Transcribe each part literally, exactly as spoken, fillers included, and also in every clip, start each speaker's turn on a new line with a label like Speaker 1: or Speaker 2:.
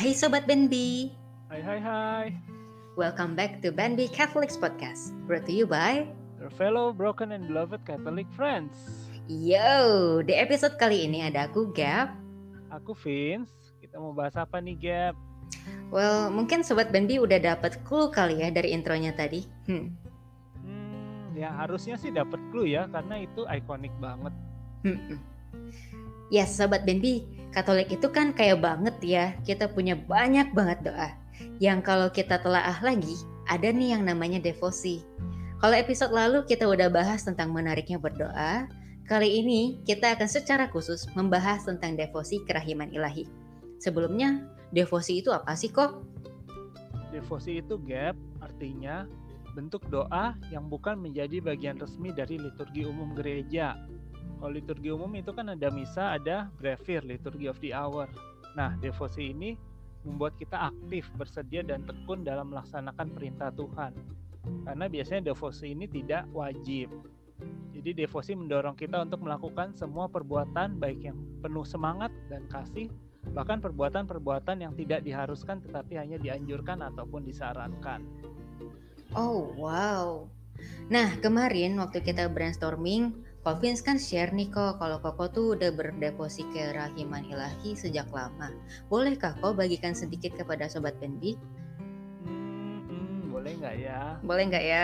Speaker 1: Hai Sobat Benbi,
Speaker 2: Hai hai hai,
Speaker 1: welcome back to Benbi Catholics Podcast, brought to you by
Speaker 2: your fellow broken and beloved Catholic friends.
Speaker 1: Yo. Di episode kali ini ada aku Gap.
Speaker 2: Aku Vince, kita mau bahas apa nih Gap?
Speaker 1: Well, mungkin Sobat Benbi udah dapat clue kali ya dari intronya tadi. Hmm.
Speaker 2: Hmm, ya harusnya sih dapat clue ya, karena itu ikonik banget.
Speaker 1: Hmm. Yes, Sobat Benbi, Katolik itu kan kayak banget ya. Kita punya banyak banget doa. Yang kalau kita telaah lagi, ada nih yang namanya devosi. Kalau episode lalu kita udah bahas tentang menariknya berdoa, kali ini kita akan secara khusus membahas tentang devosi kerahiman ilahi. Sebelumnya, devosi itu apa sih kok?
Speaker 2: Devosi itu Gap, artinya bentuk doa yang bukan menjadi bagian resmi dari liturgi umum gereja. Kalau liturgi umum itu kan ada misa, ada brevir, liturgy of the hour. Nah, devosi ini membuat kita aktif, bersedia dan tekun dalam melaksanakan perintah Tuhan. Karena biasanya devosi ini tidak wajib. Jadi devosi mendorong kita untuk melakukan semua perbuatan baik yang penuh semangat dan kasih, bahkan perbuatan-perbuatan yang tidak diharuskan tetapi hanya dianjurkan ataupun disarankan.
Speaker 1: Oh wow. Nah kemarin waktu kita brainstorming, Kok Vince kan share nih kok kalau Koko tuh udah berdevosi ke rahiman ilahi sejak lama. Bolehkah kok bagikan sedikit kepada Sobat Benbi?
Speaker 2: Hmm, hmm, boleh nggak ya?
Speaker 1: Boleh nggak ya?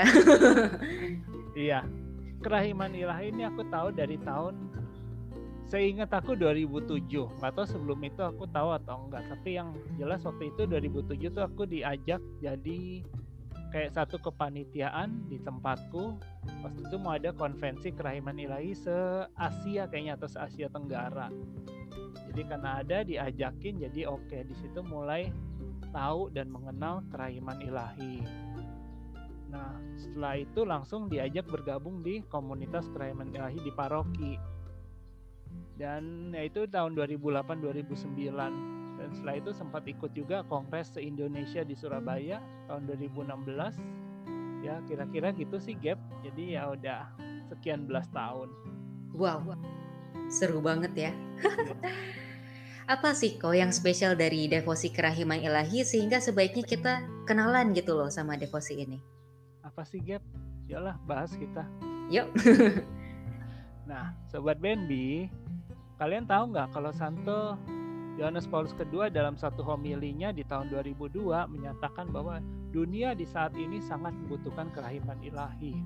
Speaker 2: Iya, kerahiman ilahi ini aku tahu dari tahun, seingat aku dua ribu tujuh. Nggak tahu sebelum itu aku tahu atau enggak. Tapi yang jelas waktu itu dua ribu tujuh tuh aku diajak jadi kayak satu kepanitiaan di tempatku. Waktu itu mau ada konvensi kerahiman ilahi se-Asia kayaknya atau se-Asia Tenggara. Jadi karena ada diajakin, jadi oke, di situ mulai tahu dan mengenal kerahiman ilahi. Nah, setelah itu langsung diajak bergabung di komunitas kerahiman ilahi di paroki. Dan ya itu tahun dua ribu delapan dua ribu sembilan. Dan setelah itu sempat ikut juga kongres se-Indonesia di Surabaya tahun dua ribu enam belas. Ya kira-kira gitu sih Gap. Jadi ya udah sekian belas tahun.
Speaker 1: Wow, seru banget ya. Apa sih kok yang spesial dari devosi kerahiman ilahi sehingga sebaiknya kita kenalan gitu loh sama devosi ini?
Speaker 2: Apa sih Gap? Yalah bahas kita.
Speaker 1: Yuk.
Speaker 2: Nah Sobat Benbi, kalian tahu nggak kalau Santo Yohanes Paulus kedua dalam satu homilinya di tahun dua ribu dua menyatakan bahwa dunia di saat ini sangat membutuhkan kerahiman ilahi.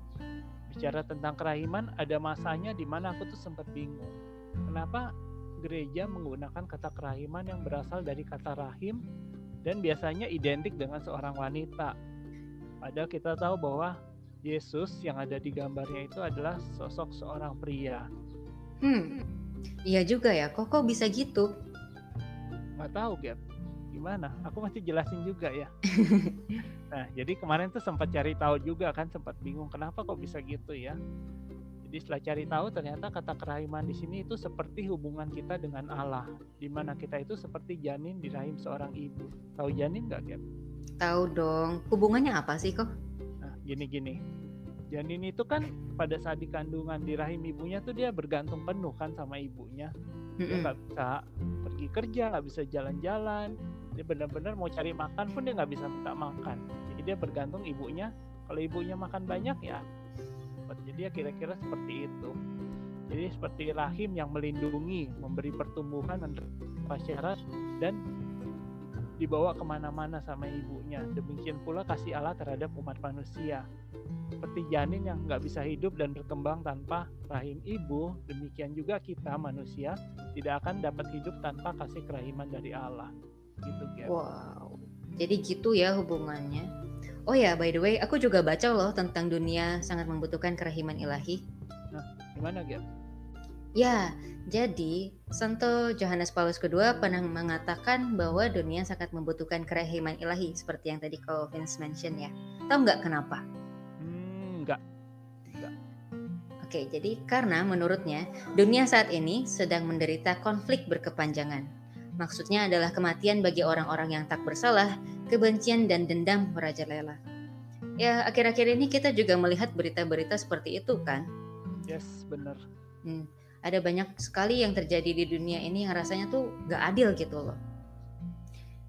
Speaker 2: Bicara tentang kerahiman, ada masanya di mana aku tuh sempat bingung. Kenapa gereja menggunakan kata kerahiman yang berasal dari kata rahim dan biasanya identik dengan seorang wanita. Padahal kita tahu bahwa Yesus yang ada di gambarnya itu adalah sosok seorang pria.
Speaker 1: Hmm, iya juga ya, kok kok bisa gitu?
Speaker 2: Nggak tahu Gap, gimana? Aku masih jelasin juga ya. Nah, jadi kemarin tuh sempat cari tahu juga kan, sempat bingung kenapa kok bisa gitu ya. Jadi setelah cari tahu ternyata kata kerahiman di sini itu seperti hubungan kita dengan Allah, di mana kita itu seperti janin di rahim seorang ibu. Tahu janin nggak Gap?
Speaker 1: Tahu dong, hubungannya apa sih kok?
Speaker 2: Nah, gini-gini. Janin itu kan pada saat di kandungan di rahim ibunya tuh dia bergantung penuh kan sama ibunya. Dia nggak bisa pergi kerja, nggak bisa jalan-jalan, dia benar-benar mau cari makan pun dia nggak bisa minta makan. Jadi dia bergantung ibunya. Kalau ibunya makan banyak ya, jadi ya kira-kira seperti itu. Jadi seperti rahim yang melindungi, memberi pertumbuhan, prasyarat dan dibawa kemana-mana sama ibunya. Demikian pula kasih Allah terhadap umat manusia. Seperti janin yang nggak bisa hidup dan berkembang tanpa rahim ibu, demikian juga kita manusia tidak akan dapat hidup tanpa kasih kerahiman dari Allah. Gitu Gap.
Speaker 1: Wow, jadi gitu ya hubungannya. Oh ya, by the way, aku juga baca loh tentang dunia sangat membutuhkan kerahiman ilahi.
Speaker 2: Nah, gimana Gap?
Speaker 1: Ya, jadi Santo Yohanes Paulus kedua pernah mengatakan bahwa dunia sangat membutuhkan kerahiman ilahi seperti yang tadi kau Vince mention ya. Tahu nggak kenapa?
Speaker 2: Hmm, nggak. Nggak.
Speaker 1: Oke, jadi karena menurutnya dunia saat ini sedang menderita konflik berkepanjangan. Maksudnya adalah kematian bagi orang-orang yang tak bersalah, kebencian dan dendam merajalela. Ya, akhir-akhir ini kita juga melihat berita-berita seperti itu kan?
Speaker 2: Yes, benar.
Speaker 1: Hmm. Ada banyak sekali yang terjadi di dunia ini yang rasanya tuh gak adil gitu loh.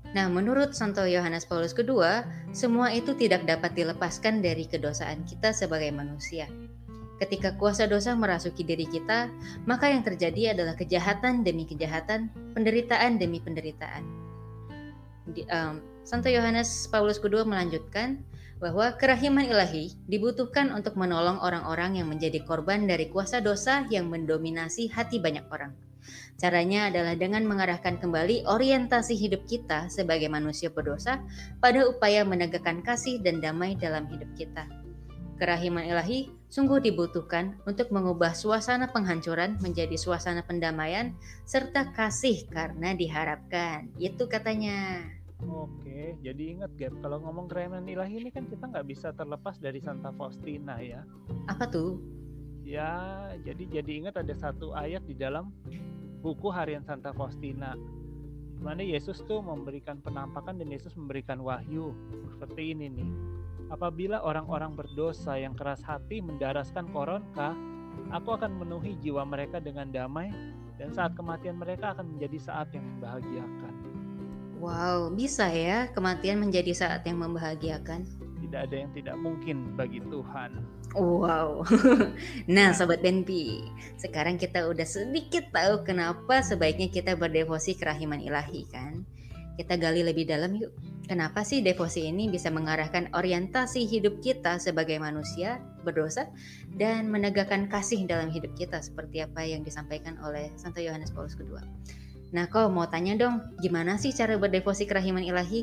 Speaker 1: Nah, menurut Santo Yohanes Paulus kedua, semua itu tidak dapat dilepaskan dari kedosaan kita sebagai manusia. Ketika kuasa dosa merasuki diri kita, maka yang terjadi adalah kejahatan demi kejahatan, penderitaan demi penderitaan. Di, um, Santo Yohanes Paulus kedua melanjutkan bahwa kerahiman ilahi dibutuhkan untuk menolong orang-orang yang menjadi korban dari kuasa dosa yang mendominasi hati banyak orang. Caranya adalah dengan mengarahkan kembali orientasi hidup kita sebagai manusia berdosa pada upaya menegakkan kasih dan damai dalam hidup kita. Kerahiman ilahi sungguh dibutuhkan untuk mengubah suasana penghancuran menjadi suasana pendamaian serta kasih karena diharapkan. Itu katanya.
Speaker 2: Oke, jadi ingat Gap, kalau ngomong kerahiman ilahi ini kan kita nggak bisa terlepas dari Santa Faustina ya.
Speaker 1: Apa tuh?
Speaker 2: Ya, jadi jadi ingat ada satu ayat di dalam buku harian Santa Faustina, di mana Yesus tuh memberikan penampakan dan Yesus memberikan wahyu seperti ini nih. Apabila orang-orang berdosa yang keras hati mendaraskan koronka, aku akan memenuhi jiwa mereka dengan damai, dan saat kematian mereka akan menjadi saat yang membahagiakan.
Speaker 1: Wow, bisa ya kematian menjadi saat yang membahagiakan?
Speaker 2: Tidak ada yang tidak mungkin bagi Tuhan.
Speaker 1: Wow. Nah, Sobat Benpi, sekarang kita udah sedikit tahu kenapa sebaiknya kita berdevosi kerahiman ilahi kan? Kita gali lebih dalam yuk. Kenapa sih devosi ini bisa mengarahkan orientasi hidup kita sebagai manusia berdosa dan menegakkan kasih dalam hidup kita seperti apa yang disampaikan oleh Santo Yohanes Paulus kedua. Nah, kok mau tanya dong, gimana sih cara berdevosi kerahiman ilahi?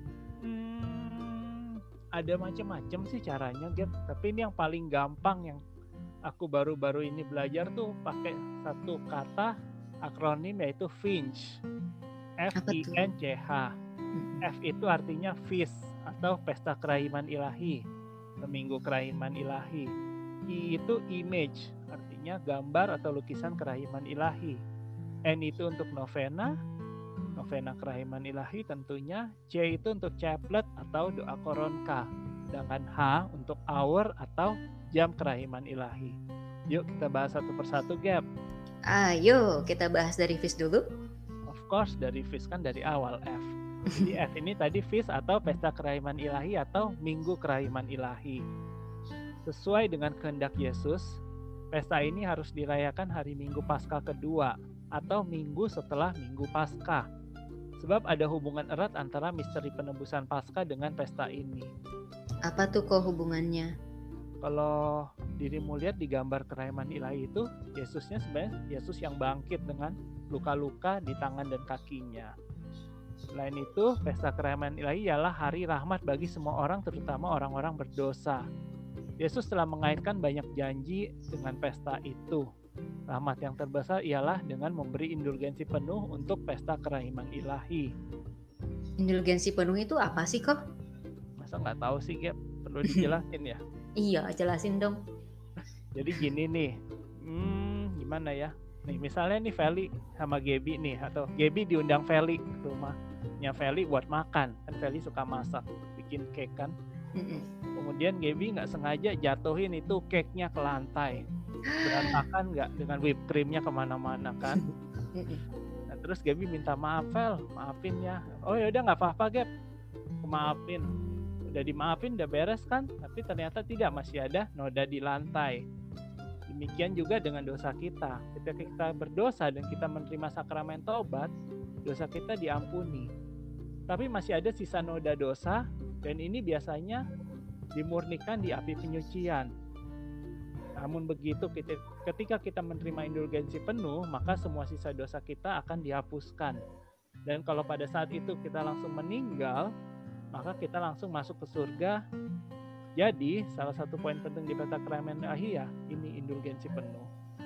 Speaker 2: Hmm, ada macam-macam sih caranya, Gap. Tapi ini yang paling gampang yang aku baru-baru ini belajar tuh pakai satu kata akronim yaitu Finch. F I N C H. F itu artinya feast atau pesta kerahiman ilahi, minggu kerahiman ilahi. I itu image, artinya gambar atau lukisan kerahiman ilahi. N itu untuk novena, novena kerahiman ilahi tentunya. C itu untuk chaplet atau doa koronka. Sedangkan H untuk hour atau jam kerahiman ilahi. Yuk kita bahas satu persatu, Gap.
Speaker 1: Ayo kita bahas dari feast dulu.
Speaker 2: Of course dari feast kan dari awal F. Jadi F ini tadi feast atau pesta kerahiman ilahi atau minggu kerahiman ilahi. Sesuai dengan kehendak Yesus, pesta ini harus dirayakan hari Minggu Paskah kedua atau minggu setelah Minggu Paskah. Sebab ada hubungan erat antara misteri penebusan Paskah dengan pesta ini.
Speaker 1: Apa tuh kok hubungannya?
Speaker 2: Kalau dirimu lihat di gambar kerahiman ilahi itu, Yesusnya sebenarnya Yesus yang bangkit dengan luka-luka di tangan dan kakinya. Selain itu, pesta kerahiman ilahi ialah hari rahmat bagi semua orang, terutama orang-orang berdosa. Yesus telah mengaitkan banyak janji dengan pesta itu. Rahmat yang terbesar ialah dengan memberi indulgensi penuh untuk pesta kerahiman ilahi.
Speaker 1: Indulgensi penuh itu apa sih kok?
Speaker 2: Masa nggak tahu sih, Gap? Perlu dijelasin ya?
Speaker 1: Iya, jelasin dong.
Speaker 2: Jadi gini nih, hmm, gimana ya? Nih misalnya nih Feli sama Gaby nih, atau Gaby diundang Feli ke rumahnya Feli buat makan. Kan Feli suka masak, bikin cake kan. Mm-mm. Kemudian Gaby nggak sengaja jatuhin itu cake-nya ke lantai. Berantakan nggak dengan whipped cream-nya kemana-mana kan. Nah, terus Gaby minta maaf, Fel, maafin ya. Oh yaudah nggak apa-apa Gap, maafin. Udah dimaafin, udah beres kan. Tapi ternyata tidak, masih ada noda di lantai. Demikian juga dengan dosa kita. Ketika kita berdosa dan kita menerima sakramen taubat, dosa kita diampuni. Tapi masih ada sisa noda dosa, dan ini biasanya dimurnikan di api penyucian. Namun begitu, ketika kita menerima indulgensi penuh, maka semua sisa dosa kita akan dihapuskan. Dan kalau pada saat itu kita langsung meninggal, maka kita langsung masuk ke surga. Jadi salah satu poin penting di pesta kerahiman ilahi ya ini indulgensi penuh.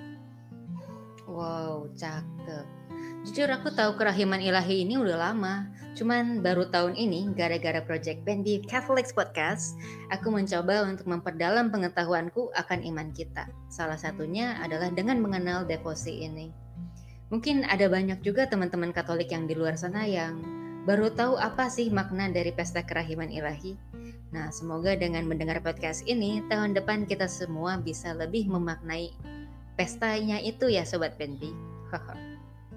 Speaker 1: Wow, cakep. Jujur aku tahu kerahiman ilahi ini udah lama. Cuman baru tahun ini gara-gara Project Benby Catholics Podcast, aku mencoba untuk memperdalam pengetahuanku akan iman kita. Salah satunya adalah dengan mengenal devosi ini. Mungkin ada banyak juga teman-teman Katolik yang di luar sana yang baru tahu apa sih makna dari pesta kerahiman ilahi. Nah, semoga dengan mendengar podcast ini, tahun depan kita semua bisa lebih memaknai pestanya itu ya Sobat Benby.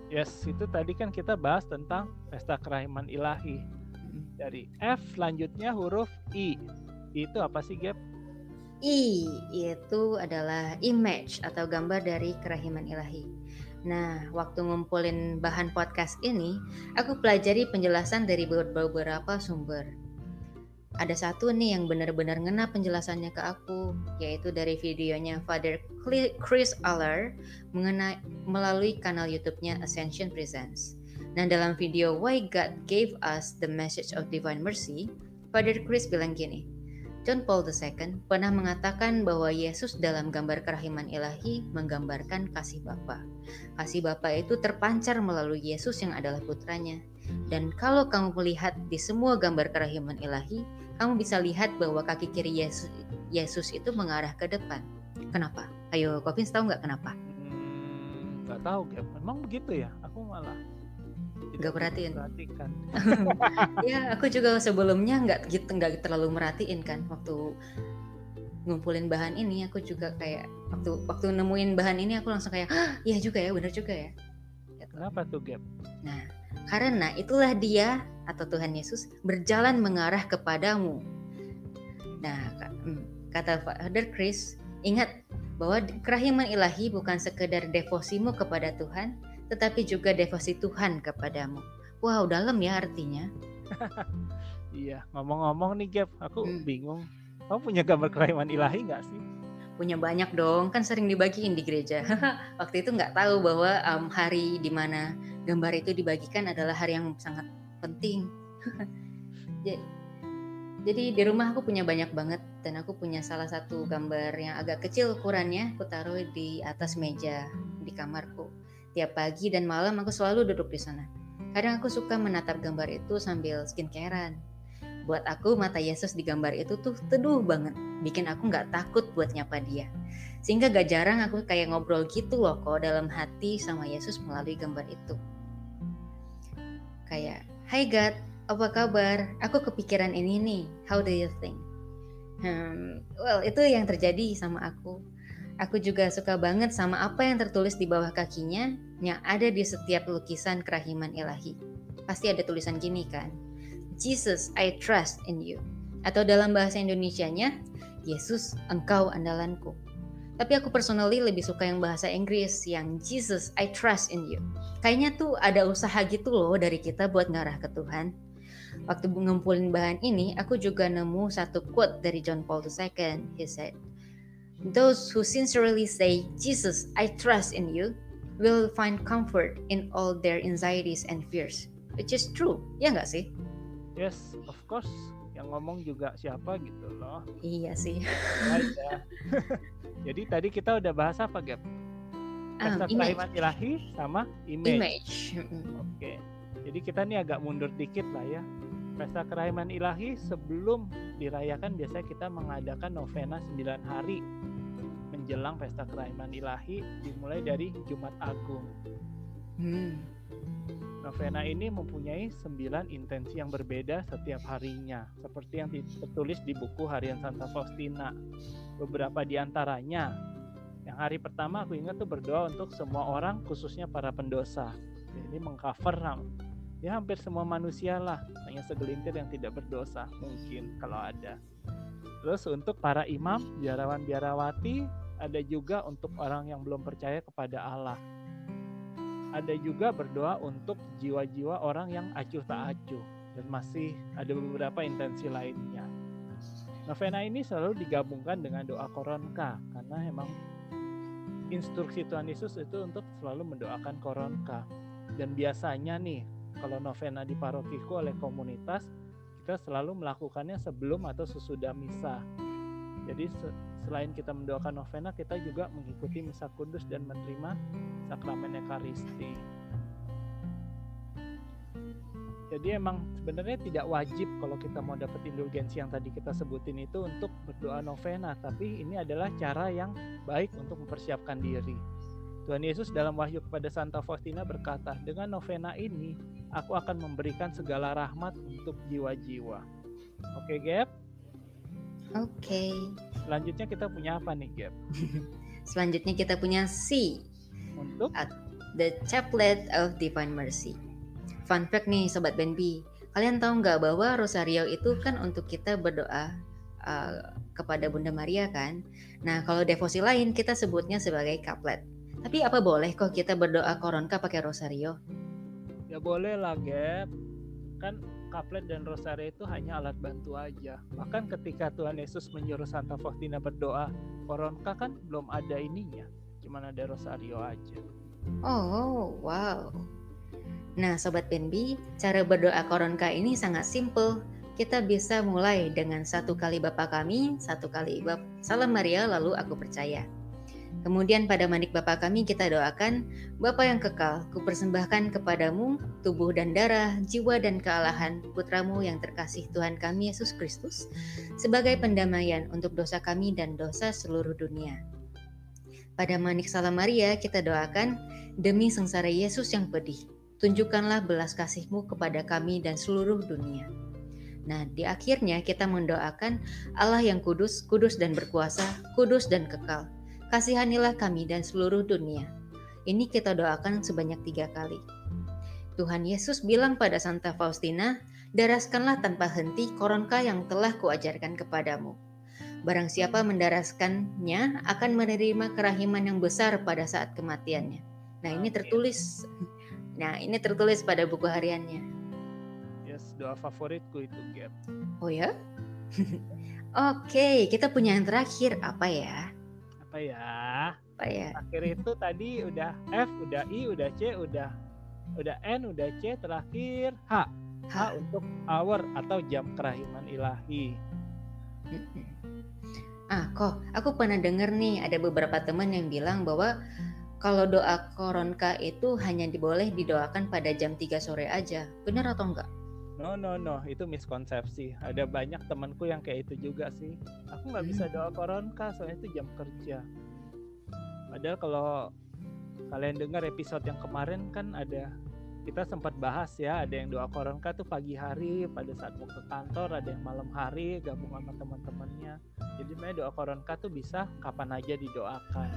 Speaker 2: Yes, itu tadi kan kita bahas tentang pesta kerahiman ilahi. Dari F selanjutnya huruf I. I itu apa sih, Gap?
Speaker 1: I itu adalah image atau gambar dari kerahiman ilahi. Nah, waktu ngumpulin bahan podcast ini, aku pelajari penjelasan dari beberapa sumber. Ada satu nih yang benar-benar ngena penjelasannya ke aku, yaitu dari videonya Father Chris Aller mengenai melalui kanal YouTube-nya Ascension Presents. Nah, dalam video Why God Gave Us the Message of Divine Mercy, Father Chris bilang gini, John Paul the Second pernah mengatakan bahwa Yesus dalam gambar kerahiman ilahi menggambarkan kasih Bapa. Kasih Bapa itu terpancar melalui Yesus yang adalah putranya. Dan kalau kamu melihat di semua gambar kerahiman ilahi, kamu bisa lihat bahwa kaki kiri Yesus, Yesus itu mengarah ke depan. Kenapa? Ayo, Kopins tahu nggak kenapa?
Speaker 2: Hmm, nggak tahu, Gap. Memang begitu ya? Aku malah
Speaker 1: nggak perhatiin.
Speaker 2: Perhatikan.
Speaker 1: Ya, aku juga sebelumnya nggak gitu, nggak terlalu merhatiin kan. Waktu ngumpulin bahan ini, aku juga kayak waktu waktu nemuin bahan ini, aku langsung kayak, iya juga ya, benar juga ya. Gitu.
Speaker 2: Kenapa tuh, Gap?
Speaker 1: Nah, karena itulah dia atau Tuhan Yesus berjalan mengarah kepadamu. Nah, kata Father Chris, ingat bahwa kerahiman ilahi bukan sekedar devosimu kepada Tuhan, tetapi juga devosi Tuhan kepadamu. Wow, dalam ya artinya.
Speaker 2: Iya, ngomong-ngomong nih Gap, aku hmm. bingung. Kamu punya gambar kerahiman ilahi nggak sih?
Speaker 1: Punya banyak dong, kan sering dibagiin di gereja. Waktu itu nggak tahu bahwa um, hari di mana gambar itu dibagikan adalah hari yang sangat penting. Jadi di rumah aku punya banyak banget, dan aku punya salah satu gambar yang agak kecil ukurannya, aku taruh di atas meja di kamarku. Tiap pagi dan malam aku selalu duduk di sana. Kadang aku suka menatap gambar itu sambil skincarean. Buat aku mata Yesus di gambar itu tuh teduh banget, bikin aku nggak takut buat nyapa dia. Sehingga gak jarang aku kayak ngobrol gitu loh kok dalam hati sama Yesus melalui gambar itu. Kayak, Hai God, apa kabar? Aku kepikiran ini nih, how do you think? Hmm, well, itu yang terjadi sama aku. Aku juga suka banget sama apa yang tertulis di bawah kakinya yang ada di setiap lukisan kerahiman ilahi. Pasti ada tulisan gini kan, Jesus, I trust in you. Atau dalam bahasa Indonesianya, Yesus, engkau andalanku. Tapi aku personally lebih suka yang bahasa Inggris, yang Jesus, I trust in you. Kayaknya tuh ada usaha gitu loh dari kita buat ngarah ke Tuhan. Waktu ngumpulin bahan ini, aku juga nemu satu quote dari John Paul the Second. He said, Those who sincerely say, Jesus, I trust in you, will find comfort in all their anxieties and fears. Which is true, ya nggak sih?
Speaker 2: Yes, of course. Yang ngomong juga siapa gitu loh.
Speaker 1: Iya sih.
Speaker 2: Jadi tadi kita udah bahas apa, Gap? Pesta um, kerahiman ilahi sama image.
Speaker 1: Image.
Speaker 2: Oke. Okay. Jadi kita nih agak mundur dikit lah ya. Pesta kerahiman ilahi sebelum dirayakan biasanya kita mengadakan novena sembilan hari menjelang pesta kerahiman ilahi, dimulai dari Jumat Agung. Hmm. Novena ini mempunyai sembilan intensi yang berbeda setiap harinya, seperti yang tertulis di buku Harian Santa Faustina. Beberapa di antaranya, yang hari pertama aku ingat tuh berdoa untuk semua orang, khususnya para pendosa. Jadi mengcover ya hampir semua manusia lah, hanya segelintir yang tidak berdosa mungkin kalau ada. Terus untuk para imam, biarawan biarawati, ada juga untuk orang yang belum percaya kepada Allah. Ada juga berdoa untuk jiwa-jiwa orang yang acuh tak acuh, dan masih ada beberapa intensi lainnya. Novena ini selalu digabungkan dengan doa koronka, karena emang instruksi Tuhan Yesus itu untuk selalu mendoakan koronka. Dan biasanya nih, kalau novena di parokiku oleh komunitas, kita selalu melakukannya sebelum atau sesudah misa. Jadi selain kita mendoakan novena, kita juga mengikuti misa kudus dan menerima sakramen Ekaristi. Jadi emang sebenarnya tidak wajib kalau kita mau dapat indulgensi yang tadi kita sebutin itu untuk berdoa novena, tapi ini adalah cara yang baik untuk mempersiapkan diri. Tuhan Yesus dalam wahyu kepada Santa Faustina berkata, dengan novena ini aku akan memberikan segala rahmat untuk jiwa-jiwa. Oke, Gap?
Speaker 1: Oke.
Speaker 2: Selanjutnya kita punya apa nih, Gap?
Speaker 1: Selanjutnya kita punya C.
Speaker 2: Untuk?
Speaker 1: the Chaplet of Divine Mercy. Fun fact nih Sobat Benbi, kalian tahu nggak bahwa rosario itu kan untuk kita berdoa uh, kepada Bunda Maria kan? Nah kalau devosi lain kita sebutnya sebagai kaplet. Tapi apa boleh kok kita berdoa koronka pakai rosario?
Speaker 2: Ya boleh lah Gap, kan kaplet dan rosario itu hanya alat bantu aja. Bahkan ketika Tuhan Yesus menyuruh Santa Faustina berdoa koronka kan belum ada ininya, cuman ada rosario aja.
Speaker 1: Oh wow. Nah Sobat Benbi, cara berdoa koronka ini sangat simple. Kita bisa mulai dengan satu kali Bapa kami, satu kali Bapa Salam Maria, lalu aku percaya. Kemudian pada manik Bapa kami kita doakan, Bapa yang kekal, kupersembahkan kepadamu tubuh dan darah, jiwa dan kealahan putramu yang terkasih Tuhan kami Yesus Kristus sebagai pendamaian untuk dosa kami dan dosa seluruh dunia. Pada manik Salam Maria kita doakan, demi sengsara Yesus yang pedih, tunjukkanlah belas kasih-Mu kepada kami dan seluruh dunia. Nah, di akhirnya kita mendoakan Allah yang kudus, kudus dan berkuasa, kudus dan kekal. Kasihanilah kami dan seluruh dunia. Ini kita doakan sebanyak tiga kali. Tuhan Yesus bilang pada Santa Faustina, daraskanlah tanpa henti koronka yang telah kuajarkan kepadamu. Barang siapa mendaraskannya akan menerima kerahiman yang besar pada saat kematiannya. Nah, ini tertulis. Nah, ini tertulis pada buku hariannya.
Speaker 2: Yes, doa favoritku itu, Gap.
Speaker 1: Oh ya? Oke, kita punya yang terakhir. Apa ya?
Speaker 2: Apa ya?
Speaker 1: Apa ya?
Speaker 2: Terakhir itu tadi udah F, udah I, udah C, udah udah N, udah C, terakhir H. H, H untuk hour atau jam kerahiman ilahi.
Speaker 1: Ah, kok aku pernah dengar nih ada beberapa teman yang bilang bahwa kalau doa koronka itu hanya boleh didoakan pada jam tiga sore aja. Benar atau enggak?
Speaker 2: No, no, no. Itu miskonsepsi. Ada banyak temanku yang kayak itu juga sih. Aku nggak bisa doa koronka, soalnya itu jam kerja. Padahal kalau kalian dengar episode yang kemarin kan ada, kita sempat bahas ya, ada yang doa koronka tuh pagi hari pada saat mau ke kantor, ada yang malam hari gabung sama teman-temannya. Jadi sebenarnya doa koronka tuh bisa kapan aja didoakan.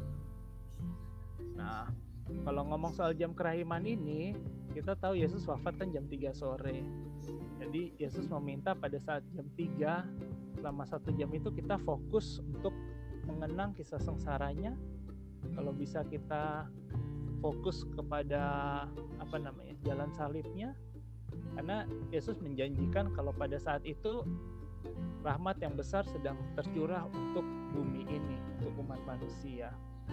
Speaker 2: Nah, kalau ngomong soal jam kerahiman ini, kita tahu Yesus wafat kan jam tiga sore. Jadi Yesus meminta pada saat jam tiga, selama satu jam itu kita fokus untuk mengenang kisah sengsaranya. Kalau bisa kita fokus kepada apa namanya, jalan salibnya, karena Yesus menjanjikan kalau pada saat itu rahmat yang besar sedang tercurah untuk bumi ini, untuk umat manusia.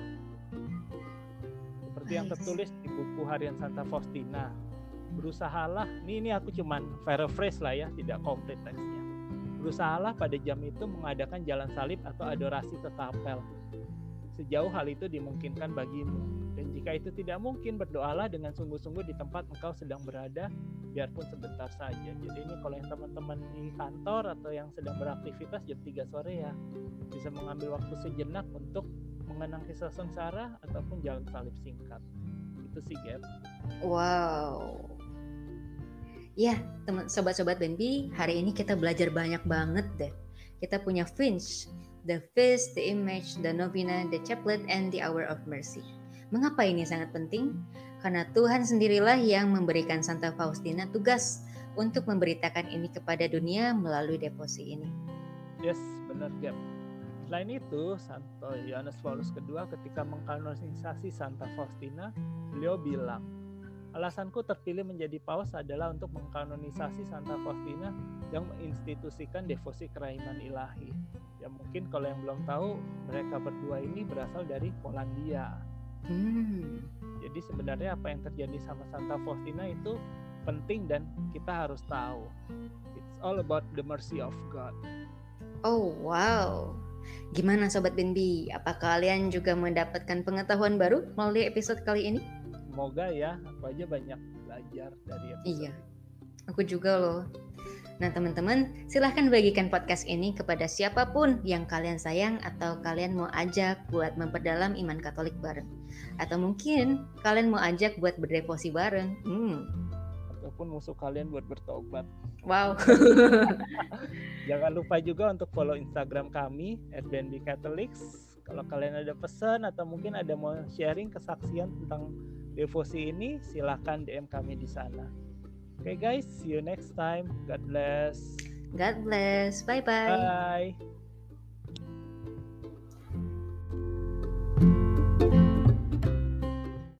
Speaker 2: Seperti yang tertulis di buku harian Santa Faustina, berusahalah, ini, ini aku cuman paraphrase lah ya, tidak komplit teksnya. Berusahalah pada jam itu mengadakan jalan salib atau adorasi ke kapel, sejauh hal itu dimungkinkan bagimu. Dan jika itu tidak mungkin, berdoalah dengan sungguh-sungguh di tempat engkau sedang berada, biarpun sebentar saja. Jadi ini kalau yang teman-teman di kantor atau yang sedang beraktivitas jam tiga sore ya, bisa mengambil waktu sejenak untuk mengenang kisah sengsara ataupun jalan salib singkat. Itu sih, Gap.
Speaker 1: Wow. Ya, teman sobat-sobat Benbi, hari ini kita belajar banyak banget deh. Kita punya Finch, the Feast, the Image, the Novena, the Chaplet, and the Hour of Mercy. Mengapa ini sangat penting? Karena Tuhan sendirilah yang memberikan Santa Faustina tugas untuk memberitakan ini kepada dunia melalui devosi ini.
Speaker 2: Yes, benar, Gap. Selain itu, Santo Yohanes Paulus kedua ketika mengkanonisasi Santa Faustina, beliau bilang, alasanku terpilih menjadi paus adalah untuk mengkanonisasi Santa Faustina yang menginstitusikan devosi kerahiman ilahi. Ya mungkin kalau yang belum tahu, mereka berdua ini berasal dari Polandia. Hmm. Jadi sebenarnya apa yang terjadi sama Santa Faustina itu penting dan kita harus tahu. It's all about the mercy of God.
Speaker 1: Oh wow. Gimana Sobat Benbi? Apa kalian juga mendapatkan pengetahuan baru melalui episode kali ini?
Speaker 2: Semoga ya, aku aja banyak belajar dari episode.
Speaker 1: Iya, aku juga loh. Nah teman-teman, silahkan bagikan podcast ini kepada siapapun yang kalian sayang atau kalian mau ajak buat memperdalam iman Katolik bareng. Atau mungkin kalian mau ajak buat berdevosi bareng. Hmm.
Speaker 2: Ataupun musuh kalian buat bertobat.
Speaker 1: Wow.
Speaker 2: Jangan lupa juga untuk follow Instagram kami at b n b catholics. Kalau kalian ada pesan atau mungkin ada mau sharing kesaksian tentang devosi ini, silahkan D M kami di sana. Oke okay guys, see you next time. God bless.
Speaker 1: God bless. Bye-bye.
Speaker 2: Bye.